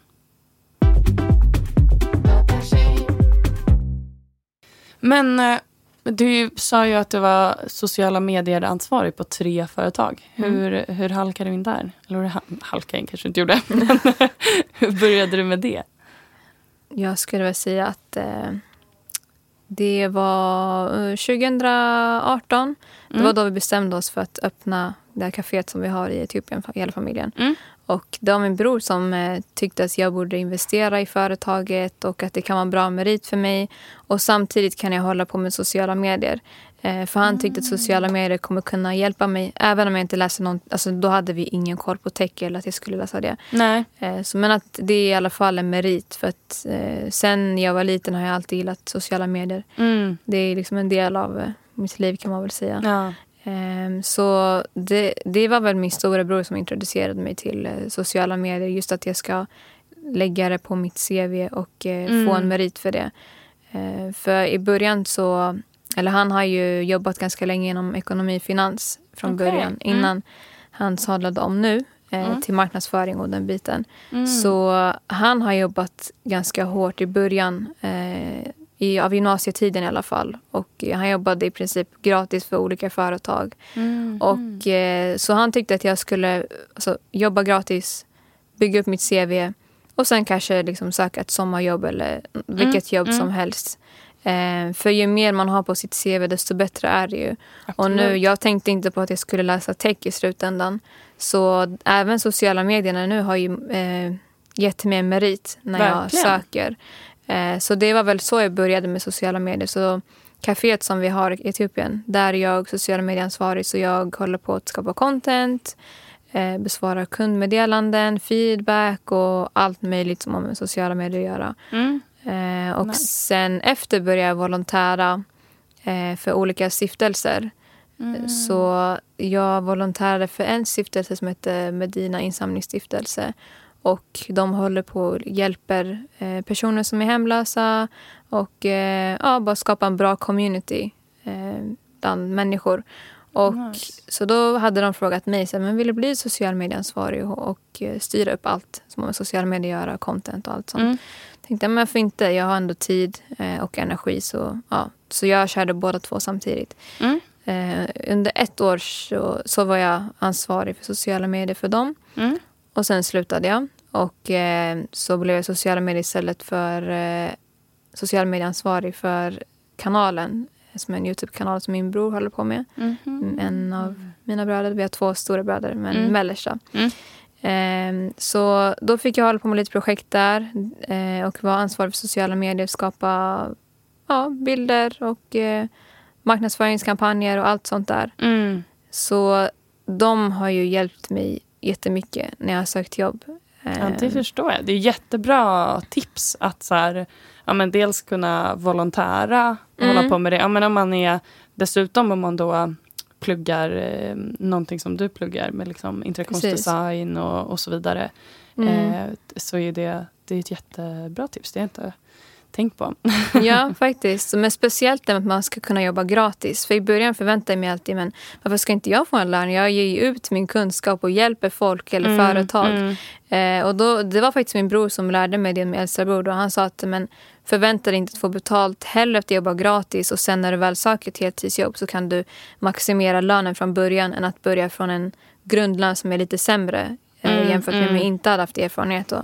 Men eh, du sa ju att du var sociala medier-ansvarig på tre företag. Hur, hur halkade du in där? Eller hur ha- halkade in kanske inte gjorde. Men hur började du med det? Jag skulle väl säga att eh, Det var tjugoarton. Mm. Det var då vi bestämde oss för att öppna det här kaféet som vi har i Etiopien, hela familjen. Mm. Och det var min bror som eh, tyckte att jag borde investera i företaget och att det kan vara en bra merit för mig. Och samtidigt kan jag hålla på med sociala medier. Eh, för han tyckte att sociala medier kommer kunna hjälpa mig. Även om jag inte läser någon, alltså då hade vi ingen koll på tech eller att jag skulle läsa det. Nej. Eh, så, men att det är i alla fall en merit. För att eh, sen jag var liten har jag alltid gillat sociala medier. Mm. Det är liksom en del av eh, mitt liv kan man väl säga. Ja. Så det, det var väl min stora bror som introducerade mig till sociala medier. Just att jag ska lägga det på mitt C V och mm. få en merit för det. För i början så... Eller han har ju jobbat ganska länge inom ekonomi och finans från okay. början. Innan mm. han sadlade om nu mm. till marknadsföring och den biten. Mm. Så han har jobbat ganska hårt i början... I, av gymnasietiden i alla fall. Och han jobbade i princip gratis för olika företag. Mm. Och eh, så han tyckte att jag skulle alltså, jobba gratis, bygga upp mitt C V och sen kanske liksom söka ett sommarjobb eller vilket mm. jobb mm. som helst. Eh, för ju mer man har på sitt C V desto bättre är det ju. Absolut. Och nu, jag tänkte inte på att jag skulle läsa tech i slutändan. Så även sociala medierna nu har ju eh, gett mig en merit när Verkligen. jag söker. Så det var väl så jag började med sociala medier. Så kaféet som vi har i Etiopien, där är jag sociala medieansvarig. Så jag håller på att skapa content, besvara kundmeddelanden, feedback och allt möjligt som har med sociala medier att göra. Mm. Och nice. Sen efter började jag volontära för olika stiftelser. Mm. Så jag volontärade för en stiftelse som heter Medina insamlingsstiftelse. Och de håller på och hjälper eh, personer som är hemlösa och eh, ja, bara skapa en bra community eh, bland människor. Och nice. Så då hade de frågat mig, så, men vill du bli social medieansvarig och, och eh, styra upp allt som har med sociala medier göra, content och allt sånt. Mm. Tänkte jag, men för inte, jag har ändå tid eh, och energi så, ja, så jag körde båda två samtidigt. Mm. Eh, under ett år så, så var jag ansvarig för sociala medier för dem. Mm. Och sen slutade jag. Och eh, så blev jag sociala medier istället för eh, social medieansvarig för kanalen. Som är en YouTube-kanal som min bror håller på med. Mm-hmm. En av mina bröder. Vi har två stora bröder, men mm. mellersta. Mm. Eh, så då fick jag hålla på med lite projekt där. Eh, och var ansvarig för sociala medier. Skapa ja, bilder och eh, marknadsföringskampanjer och allt sånt där. Mm. Så de har ju hjälpt mig jättemycket när jag har sökt jobb. Ja, det förstår jag. Det är jättebra tips att så här, ja, men dels kunna volontära och mm. hålla på med det. Ja, men om man är, dessutom om man då pluggar eh, någonting som du pluggar med liksom interaktionsdesign och, och så vidare. Mm. Eh, så är det, det är ett jättebra tips. Det är inte tänkt på. Ja, faktiskt. Men speciellt det med att man ska kunna jobba gratis. För i början förväntade jag mig alltid, men varför ska inte jag få en lön? Jag ger ju ut min kunskap och hjälper folk eller mm, företag. Mm. Eh, och då, det var faktiskt min bror som lärde mig det med äldsta bror. Och han sa att men förvänta dig inte att få betalt hellre att jobba gratis. Och sen när du väl söker ett heltidsjobb så kan du maximera lönen från början än att börja från en grundlön som är lite sämre eh, mm, jämfört med mm. om jag inte hade haft erfarenhet då.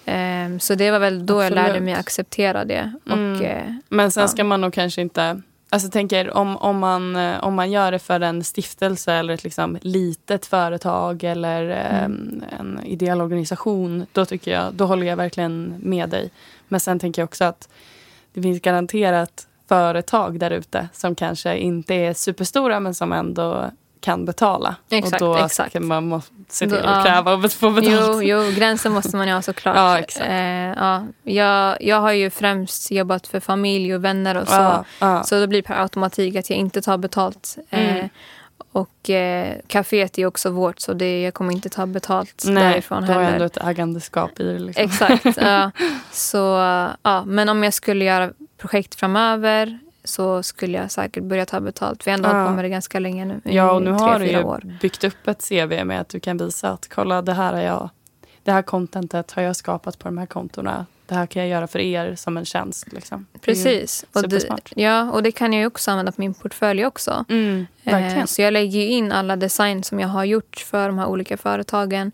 Um, så det var väl då Absolut. jag lärde mig att acceptera det. Och, mm. uh, Men sen ja. ska man nog kanske inte... Alltså tänker, om, om, man, om man gör det för en stiftelse eller ett liksom litet företag eller mm. um, en ideell organisation, då tycker jag, då håller jag verkligen med dig. Men sen tänker jag också att det finns garanterat företag där ute som kanske inte är superstora men som ändå kan betala. Exakt, och då exakt. kan man må, se till att kräva och få betalt. Jo, jo, gränsen måste man ju ha såklart. Ja, exakt. Eh, ja. jag, jag har ju främst jobbat för familj och vänner och så. Ja, ja. Så det blir per automatik att jag inte tar betalt. Mm. Eh, och eh, kaféet är ju också vårt så det, jag kommer inte ta betalt Nej, därifrån heller. Nej, du har ändå ett ägandeskap i det. Liksom. Exakt. Ja. Så, ja. Men om jag skulle göra projekt framöver så skulle jag säkert börja ta betalt. Vi har ändå ja. hållit på med det ganska länge nu. Ja, och nu tre, har du ju år. byggt upp ett C V med att du kan visa att kolla, det här är jag. Det här contentet har jag skapat på de här kontorna. Det här kan jag göra för er som en tjänst. Liksom. Precis. Och det, ja, och det kan jag ju också använda på min portfölj också. Mm, verkligen. Eh, så jag lägger ju in alla design som jag har gjort för de här olika företagen.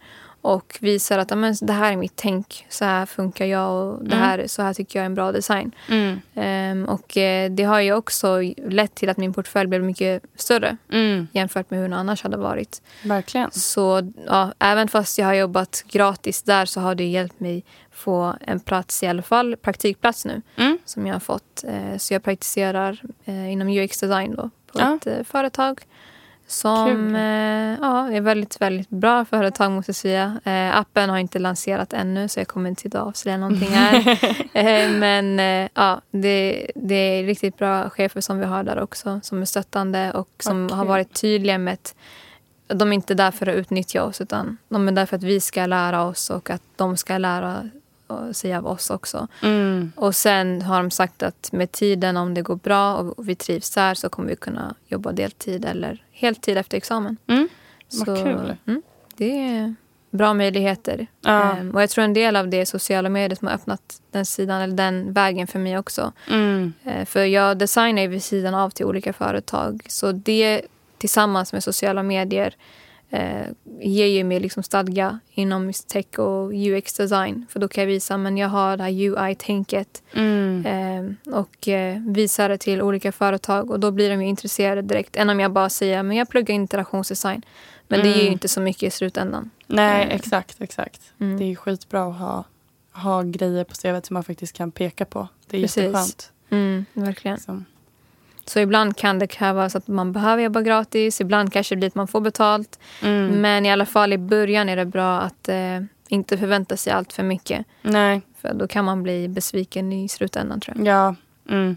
och visar att men, det här är mitt tänk, så här funkar jag och det här, mm. så här tycker jag är en bra design. Mm. Um, och uh, det har ju också lett till att min portfölj blev mycket större mm. jämfört med hur den annars hade varit. Verkligen. Så ja, även fast jag har jobbat gratis där så har det hjälpt mig få en plats, i alla fall praktikplats nu, mm. som jag har fått. Uh, så jag praktiserar uh, inom U X-design då, på ja. ett uh, företag. Som eh, ja, är väldigt, väldigt bra företag måste jag säga. Eh, appen har inte lanserat ännu så jag kommer inte att avslöja någonting här. eh, men eh, ja, det, det är riktigt bra chefer som vi har där också. Som är stöttande och som okay. har varit tydliga med att de är inte där för att utnyttja oss utan de är där för att vi ska lära oss och att de ska lära sig av oss också. Mm. Och sen har de sagt att med tiden, om det går bra och vi trivs där, så kommer vi kunna jobba deltid eller heltid efter examen. Mm. Så, vad kul. Mm, det är bra möjligheter. Ja. Um, och jag tror en del av det är sociala medier som har öppnat den sidan eller den vägen för mig också. Mm. Uh, för jag designar ju vid sidan av till olika företag. Så det tillsammans med sociala medier Eh, ger ju mig liksom stadga inom tech och U X-design. För då kan jag visa men jag har det här U I-tänket mm. eh, och eh, visar det till olika företag. Och då blir de ju intresserade direkt. Än om jag bara säger men jag pluggar interaktionsdesign. Men mm. det ger ju inte så mycket i slutändan. Nej, eh. exakt, exakt. Mm. Det är ju skitbra att ha, ha grejer på C V:t som man faktiskt kan peka på. Det är Precis. jätteskönt. Mm, verkligen. Liksom. Så ibland kan det krävas att man behöver jobba gratis. Ibland kanske det blir att man får betalt. Mm. Men i alla fall i början är det bra att eh, inte förvänta sig allt för mycket. Nej. För då kan man bli besviken i slutändan tror jag. Ja. Mm.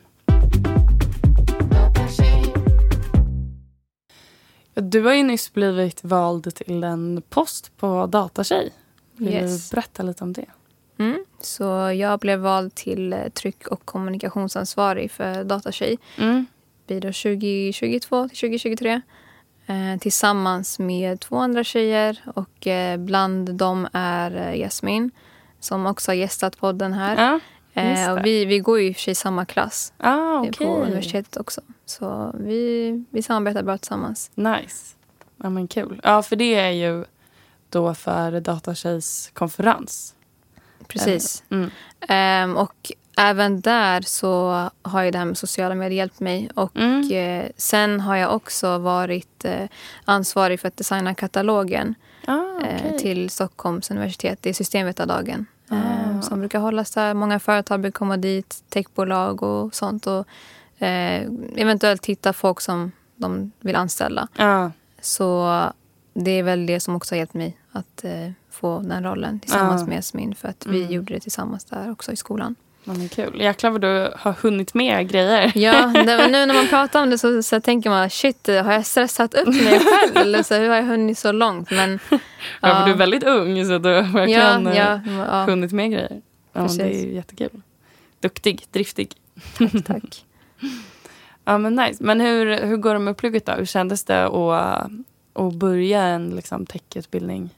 Du har ju nyss blivit vald till en post på Datatjej. Vill yes. du berätta lite om det? Mm. Så jag blev vald till eh, tryck- och kommunikationsansvarig för Datatjej. Mm. Blir då tjugo tjugotvå till tjugo tjugotre. Eh, tillsammans med två andra tjejer. Och eh, bland dem är eh, Jasmin. Som också har gästat podden här. Ja, eh, och vi, vi går ju i och för sig samma klass. Ah, okay. På universitetet också. Så vi, vi samarbetar bra tillsammans. Nice. Ja men kul. Ja för det är ju då för Datatjejs konferens. Precis. Mm. Um, och även där så har ju det här med sociala medier hjälpt mig. Och mm. eh, sen har jag också varit eh, ansvarig för att designa katalogen ah, okay. eh, till Stockholms universitet. Det är systemvetardagen ah. eh, som brukar hållas där. Många företag brukar komma dit, techbolag och sånt. Och eh, eventuellt hitta folk som de vill anställa. Ah. Så det är väl det som också har hjälpt mig att eh, få den rollen tillsammans ah. med Jasmin. För att vi mm. gjorde det tillsammans där också i skolan. Ja, men kul. Jäklar vad du har hunnit med grejer. Ja, det, nu när man pratar om det så, så tänker man, shit, har jag stressat upp mig själv? Eller så, hur har jag hunnit så långt? Men, ja, ja. För du är väldigt ung så du har verkligen ja, ja, ja. hunnit med grejer. Ja, det är ju jättekul. Duktig, driftig. Tack, tack. Ja, men nice. Men hur, hur går det med plugget då? Hur kändes det att, att börja en liksom, techutbildning?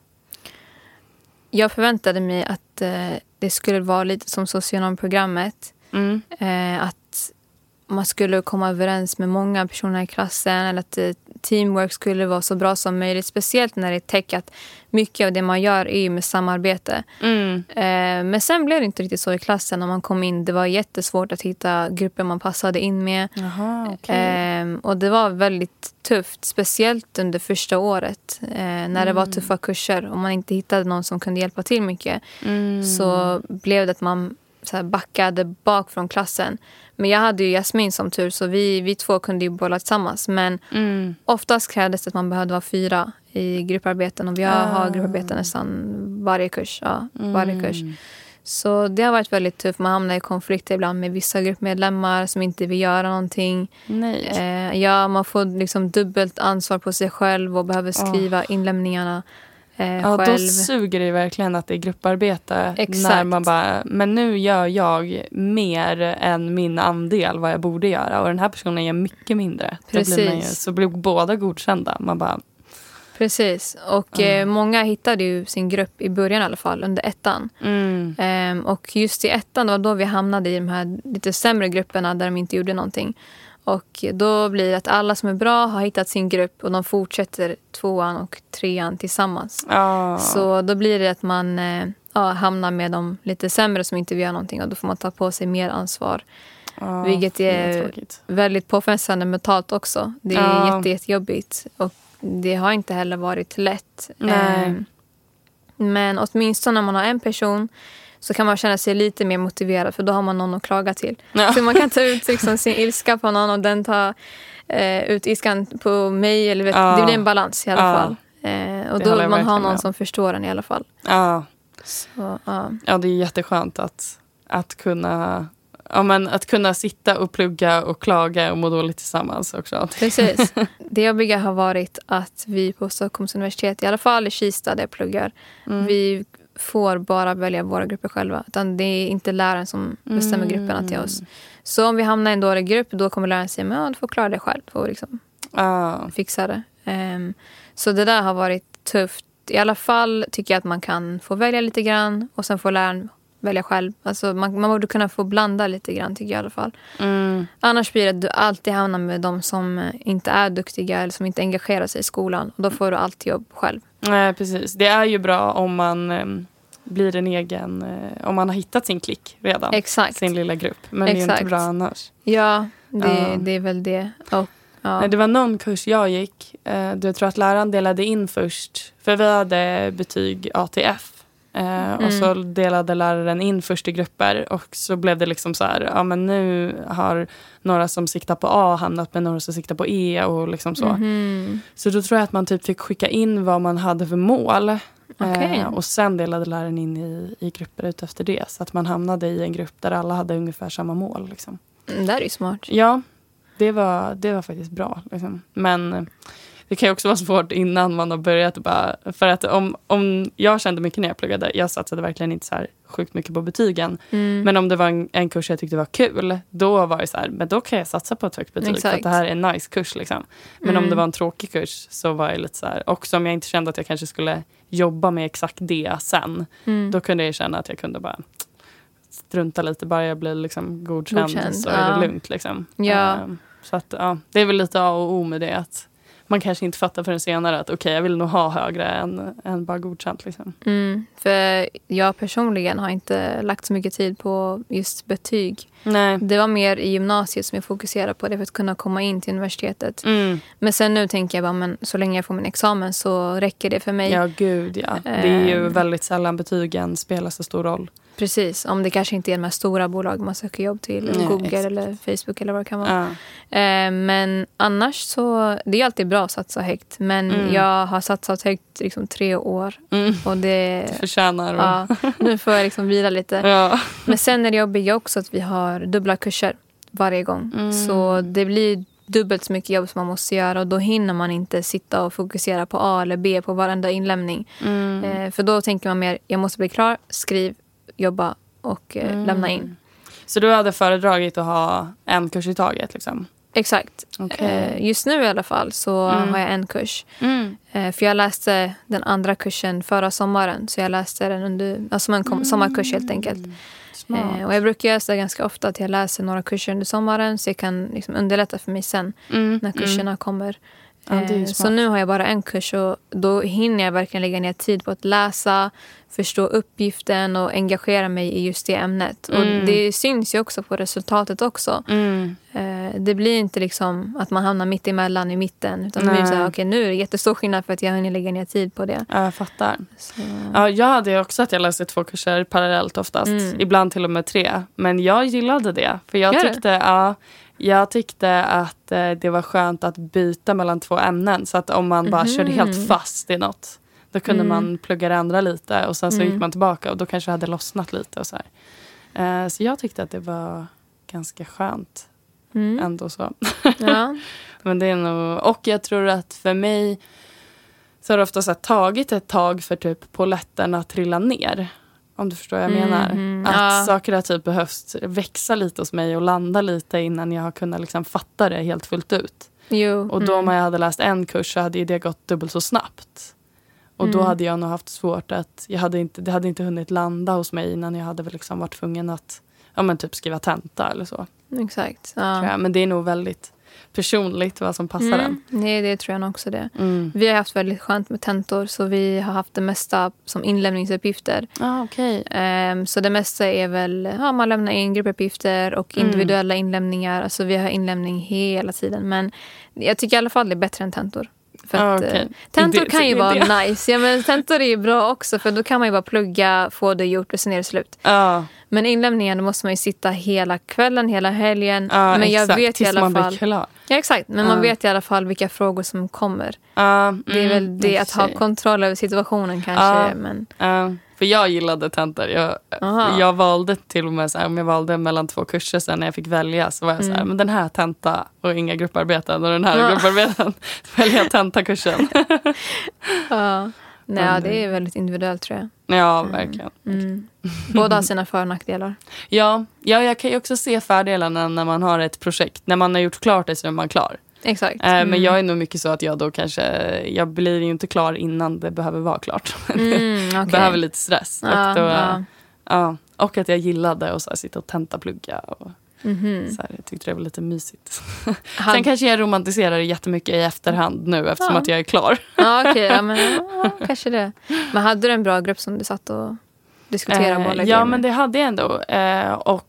Jag förväntade mig att eh, det skulle vara lite som socionomprogrammet. Mm. Eh, att man skulle komma överens med många personer i klassen. Eller att eh, teamwork skulle vara så bra som möjligt. Speciellt när det är tech. Att mycket av det man gör är med samarbete. Mm. Eh, men sen blev det inte riktigt så i klassen när man kom in. Det var jättesvårt att hitta grupper man passade in med. Aha, okay. eh, och det var väldigt tufft. Speciellt under första året. Eh, när mm. det var tuffa kurser. Och man inte hittade någon som kunde hjälpa till mycket. Mm. Så blev det att man så här, backade bak från klassen. Men jag hade ju Jasmin som tur. Så vi, vi två kunde ju bolla tillsammans. Men mm. oftast krävdes det att man behövde vara fyra i grupparbeten. Och vi har, ah. har grupparbeten nästan varje kurs. Ja, mm. varje kurs. Så det har varit väldigt tufft. Man hamnar i konflikter ibland med vissa gruppmedlemmar som inte vill göra någonting. Nej. Eh, ja, man får liksom dubbelt ansvar på sig själv och behöver skriva oh. inlämningarna eh, ja, själv. Då suger det verkligen att det är grupparbete. Exakt. När man bara, men nu gör jag mer än min andel vad jag borde göra. Och den här personen gör mycket mindre. Precis. Då blir man ju, så blir båda godkända. Man bara... Precis, och mm. eh, många hittade ju sin grupp i början i alla fall, under ettan. Mm. Eh, och just i ettan, det var då vi hamnade i de här lite sämre grupperna där de inte gjorde någonting. Och då blir det att alla som är bra har hittat sin grupp och de fortsätter tvåan och trean tillsammans. Oh. Så då blir det att man eh, ja, hamnar med de lite sämre som inte vill göra någonting och då får man ta på sig mer ansvar. Oh, vilket är väldigt påfrestande mentalt också. Det är oh. jätte, jättejobbigt och det har inte heller varit lätt. Nej. Men åtminstone när man har en person så kan man känna sig lite mer motiverad för då har man någon att klaga till. Ja. Så man kan ta ut liksom, sin ilska på någon och den tar eh, ut ilskan på mig. Eller vet, ja. Det blir en balans i alla ja. fall. Eh, och det då man har någon med. Som förstår den i alla fall. Ja, så, ja. ja det är jätteskönt att, att kunna... Ja, men att kunna sitta och plugga och klaga och må dåligt tillsammans också. Precis. Det jobbiga har varit att vi på Stockholms universitet, i alla fall i Kista där jag pluggar, mm. vi får bara välja våra grupper själva. Utan det är inte läraren som bestämmer mm. grupperna till oss. Så om vi hamnar i en dålig grupp, då kommer läraren säga, men ja, du får klara det själv och liksom ah. fixa det. Um, så det där har varit tufft. I alla fall tycker jag att man kan få välja lite grann och sen får läraren välja själv. Alltså man, man borde kunna få blanda lite grann tycker jag i alla fall. Mm. Annars blir det att du alltid hamnar med de som inte är duktiga eller som inte engagerar sig i skolan. Och då får du alltid jobb själv. Nej, precis. Det är ju bra om man eh, blir en egen... Eh, om man har hittat sin klick redan. Exakt. Sin lilla grupp. Men Exakt. Det är inte bra annars. Ja, det, ja. det är väl det. Och, ja. Nej, det var någon kurs jag gick. Eh, jag tror att läraren delade in först. För vi hade betyg A T F. Eh, och mm. så delade läraren in först i grupper och så blev det liksom så här, ja men nu har några som siktar på A hamnat med några som siktar på E och liksom så. Mm. Så då tror jag att man typ fick skicka in vad man hade för mål. Okay. Eh, och sen delade läraren in i, i grupper ut efter det. Så att man hamnade i en grupp där alla hade ungefär samma mål. Liksom. Mm, det är ju smart. Ja, det var, det var faktiskt bra. Liksom. Men... Det kan ju också vara svårt innan man har börjat. Bara, för att om, om jag kände mycket när jag pluggade. Jag satsade verkligen inte så här sjukt mycket på betygen. Mm. Men om det var en, en kurs jag tyckte var kul. Då var det så här, men då kan jag satsa på ett högt betyg. Exakt. För att det här är en nice kurs liksom. Men mm. om det var en tråkig kurs så var jag lite så här. Och som jag inte kände att jag kanske skulle jobba med exakt det sen. Mm. Då kunde jag känna att jag kunde bara strunta lite. Bara jag blir liksom godkänd, godkänd så är ja. det lugnt liksom. Ja. Um, så att ja, det är väl lite A och O med det att man kanske inte fattar förrän senare att okej, okay, jag vill nog ha högre än, än bara godkänt. Liksom. Mm, för jag personligen har inte lagt så mycket tid på just betyg. Nej. Det var mer i gymnasiet som jag fokuserade på det för att kunna komma in till universitetet. Mm. Men sen nu tänker jag bara, men så länge jag får min examen så räcker det för mig. Ja, gud ja. Det är ju väldigt sällan betygen spelar så stor roll. Precis, om det kanske inte är de här stora bolag man söker jobb till, eller Google exakt. Eller Facebook eller vad det kan vara. Ja. Eh, men annars så, det är alltid bra att satsa högt. Men mm. jag har satsat högt liksom tre år. Mm. Och det, det förtjänar ja, nu får jag liksom vila lite. Ja. Men sen är det jobbiga också att vi har dubbla kurser varje gång. Mm. Så det blir dubbelt så mycket jobb som man måste göra. Och då hinner man inte sitta och fokusera på A eller B på varenda inlämning. Mm. Eh, för då tänker man mer, jag måste bli klar, skriv, jobba och eh, mm. lämna in. Så du hade föredragit att ha en kurs i taget liksom? Exakt. Okay. Eh, just nu i alla fall så mm. har jag en kurs. Mm. Eh, för jag läste den andra kursen förra sommaren. Så jag läste den under, alltså en kom- mm. sommarkurs helt enkelt. Eh, och jag brukar göra så ganska ofta att jag läser några kurser under sommaren. Så jag kan liksom underlätta för mig sen mm. när kurserna mm. kommer. Ja, så nu har jag bara en kurs och då hinner jag verkligen lägga ner tid på att läsa, förstå uppgiften och engagera mig i just det ämnet. Mm. Och det syns ju också på resultatet också. Mm. Det blir inte liksom att man hamnar mitt emellan i mitten. Utan det blir så här, okej, nu är det jättestor skillnad för att jag hinner lägga ner tid på det. Ja, jag fattar. Så. Ja, jag hade också att jag läste två kurser parallellt oftast. Mm. Ibland till och med tre. Men jag gillade det. För jag Gör tyckte, ja, jag tyckte att eh, det var skönt att byta mellan två ämnen. Så att om man bara mm. körde helt fast i något. Då kunde mm. man plugga det andra lite. Och sen så mm. gick man tillbaka. Och då kanske hade lossnat lite och så här. Eh, så jag tyckte att det var ganska skönt. Mm. Ändå så. Ja. Men det är nog, och jag tror att för mig så har det ofta så här, tagit ett tag för typ polletten att trilla ner. Om du förstår vad jag mm, menar. Mm, att ja. saker har typ behövt växa lite hos mig och landa lite innan jag har kunnat liksom fatta det helt fullt ut. Jo, och då mm. om jag hade läst en kurs så hade det gått dubbelt så snabbt. Och mm. då hade jag nog haft svårt att, jag hade inte, det hade inte hunnit landa hos mig innan jag hade väl liksom varit tvungen att ja, men typ skriva tenta eller så. Exakt. Ja. Men det är nog väldigt, personligt vad som passar mm. en. Nej, det tror jag nog också det. Mm. Vi har haft väldigt skönt med tentor, så vi har haft det mesta som inlämningsuppgifter. Ah, okay. um, så det mesta är väl, ja, man lämnar in gruppuppgifter och individuella mm. inlämningar. Alltså vi har inlämning hela tiden. Men jag tycker i alla fall det är bättre än tentor. För att, ah, okay. tentor det, kan ju vara det. nice. Ja, men tentor är ju bra också, för då kan man ju bara plugga, få det gjort och sen är det slut. Ah. Men inlämningen, då måste man ju sitta hela kvällen, hela helgen. Ah, men jag exakt. vet i alla man fall. Klar. Ja, exakt. Men ah. man vet i alla fall vilka frågor som kommer. Ah, mm, det är väl det, att ha kontroll över situationen kanske. Ah. Men... Ah. För jag gillade tentor. Jag, jag valde till och med så här, om jag valde mellan två kurser sen när jag fick välja, så var jag så här, mm. men den här tenta och inga grupparbeten och den här ja. grupparbeten, så väljer jag tentakursen. Ja. Nej, det är väldigt individuellt tror jag. Ja, verkligen. Mm. Båda har sina för- och nackdelar. Ja, ja, jag kan ju också se fördelarna när man har ett projekt. När man har gjort klart det så är man klar. Exakt. Mm. Men jag är nog mycket så att jag då kanske, jag blir ju inte klar innan det behöver vara klart. Mm, okay. Behöver lite stress. Ja, och, då, ja. Ja, och att jag gillade att så här, sitta och tentaplugga. Och, mm-hmm. så här, jag tyckte det var lite mysigt. Han... Sen kanske jag romantiserar det jättemycket i efterhand nu eftersom ja. att jag är klar. Ja, okej. Okay, ja, men ja, kanske det. Men hade du en bra grupp som du satt och diskuterade? Eh, ja, men det hade jag ändå. Eh, och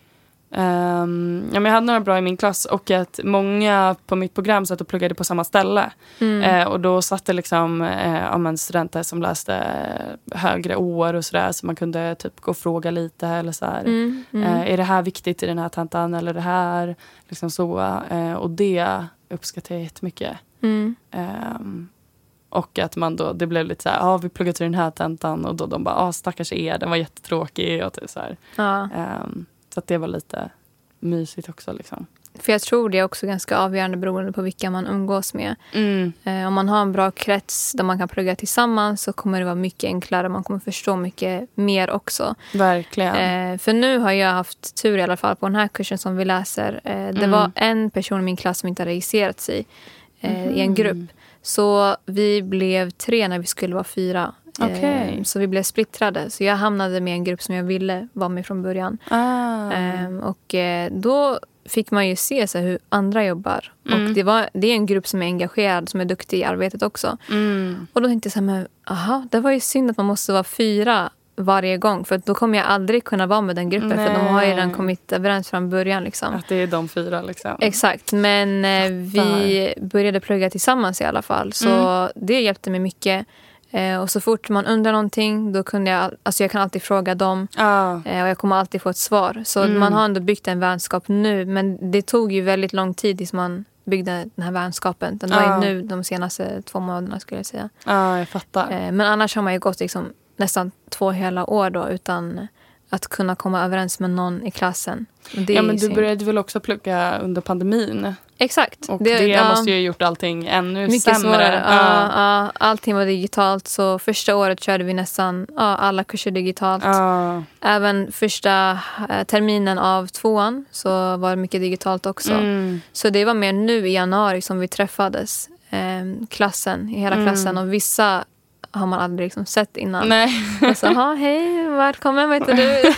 Um, ja, men jag hade några bra i min klass och att många på mitt program satt och pluggade på samma ställe. Mm. Eh, och då satt det liksom eh, ja, men studenter som läste högre år och sådär, så man kunde typ gå och fråga lite eller så här. Mm. Mm. Eh, är det här viktigt i den här tentan eller det här? Liksom så. Eh, och det uppskattar jag jättemycket. Mm. Um, och att man då, det blev lite så här, ja ah, vi pluggade till den här tentan och då de bara, ja ah, stackars er, den var jättetråkig och typ så här. Ja. Um, Så att det var lite mysigt också. Liksom. För jag tror det är också ganska avgörande beroende på vilka man umgås med. Mm. Eh, om man har en bra krets där man kan plugga tillsammans så kommer det vara mycket enklare. Man kommer förstå mycket mer också. Verkligen. Eh, för nu har jag haft tur i alla fall på den här kursen som vi läser. Eh, det mm. var en person i min klass som inte hade registrerat sig eh, mm. i en grupp. Så vi blev tre när vi skulle vara fyra. Okay. Så vi blev splittrade. Så jag hamnade med en grupp som jag ville vara med från början. Ah. Och då fick man ju se så här, hur andra jobbar. Mm. Och det, var, det är en grupp som är engagerad, som är duktig i arbetet också. Mm. Och då tänkte jag så här, men, aha, det var ju synd att man måste vara fyra varje gång. För då kommer jag aldrig kunna vara med den gruppen. Nej. För de har ju redan kommit överens från början. Liksom. Att det är de fyra liksom. Exakt, men eh, vi började plugga tillsammans i alla fall. Så mm. det hjälpte mig mycket. Eh, och så fort man undrar någonting, då kunde jag, alltså jag kan alltid fråga dem. Ah. Eh, och jag kommer alltid få ett svar. Så mm. man har ändå byggt en vänskap nu. Men det tog ju väldigt lång tid tills man byggde den här vänskapen. Den var ah. ju nu de senaste två månaderna skulle jag säga. Ja, ah, jag fattar. Eh, men annars har man ju gått liksom nästan två hela år då utan att kunna komma överens med någon i klassen. Det ja, men du började väl också plugga under pandemin? Exakt. Och det, det ja, måste ju ha gjort allting ännu mycket sämre. Svårare. Ja, ja, allting var digitalt. Så första året körde vi nästan ja, alla kurser digitalt. Ja. Även första terminen av tvåan så var det mycket digitalt också. Mm. Så det var mer nu i januari som vi träffades. Eh, klassen, i hela klassen. Mm. Och vissa har man aldrig liksom sett innan. Nej. Och så, hej, välkommen, vad heter du?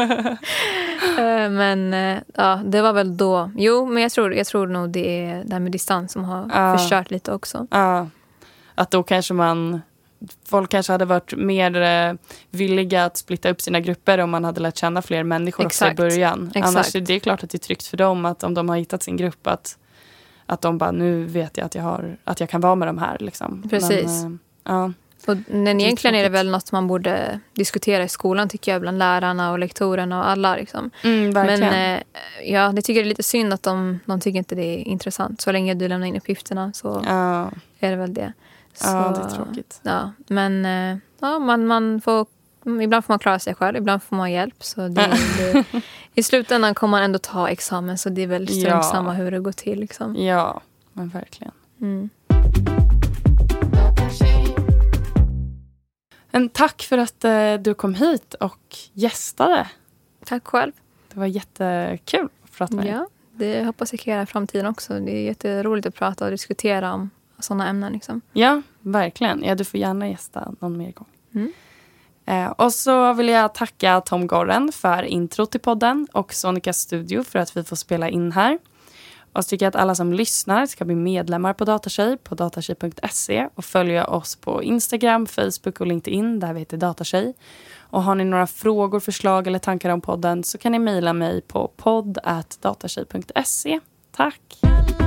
Men ja, det var väl då. Jo, men jag tror, jag tror nog det är det här med distans som har ja. förstört lite också. Ja, att då kanske man, folk kanske hade varit mer eh, villiga att splitta upp sina grupper om man hade lärt känna fler människor också i början. Exakt. Annars är det klart att det är tryggt för dem att om de har hittat sin grupp att, att de bara, nu vet jag att jag, har, att jag kan vara med de här. Liksom. Precis. Men, eh, ja. Och, men egentligen är det väl något man borde diskutera i skolan tycker jag, bland lärarna och lektorerna och alla liksom. Mm, verkligen. Men eh, ja, det tycker jag är lite synd att de, de tycker inte det är intressant. Så länge du lämnar in uppgifterna så ja. är det väl det. Så, ja, det är tråkigt. Ja, men eh, ja, man, man får, ibland får man klara sig själv, ibland får man hjälp. Så det, det, i slutändan kommer man ändå ta examen, så det är väl strunt ja. samma hur det går till. Liksom. Ja, men verkligen. Mm. En tack för att eh, du kom hit och gästade. Tack själv. Det var jättekul att prata med dig. Ja, det hoppas jag kan göra i framtiden också. Det är jätteroligt att prata och diskutera om sådana ämnen. Liksom. Ja, verkligen. Ja, du får gärna gästa någon mer gång. Mm. Eh, och så vill jag tacka Tom Gorren för intro till podden och Sonica Studio för att vi får spela in här. Och så tycker jag att alla som lyssnar ska bli medlemmar på Datatjej på datatjej punkt se och följa oss på Instagram, Facebook och LinkedIn där vi heter Datatjej. Och har ni några frågor, förslag eller tankar om podden så kan ni mejla mig på podd at datatjej punkt se. Tack!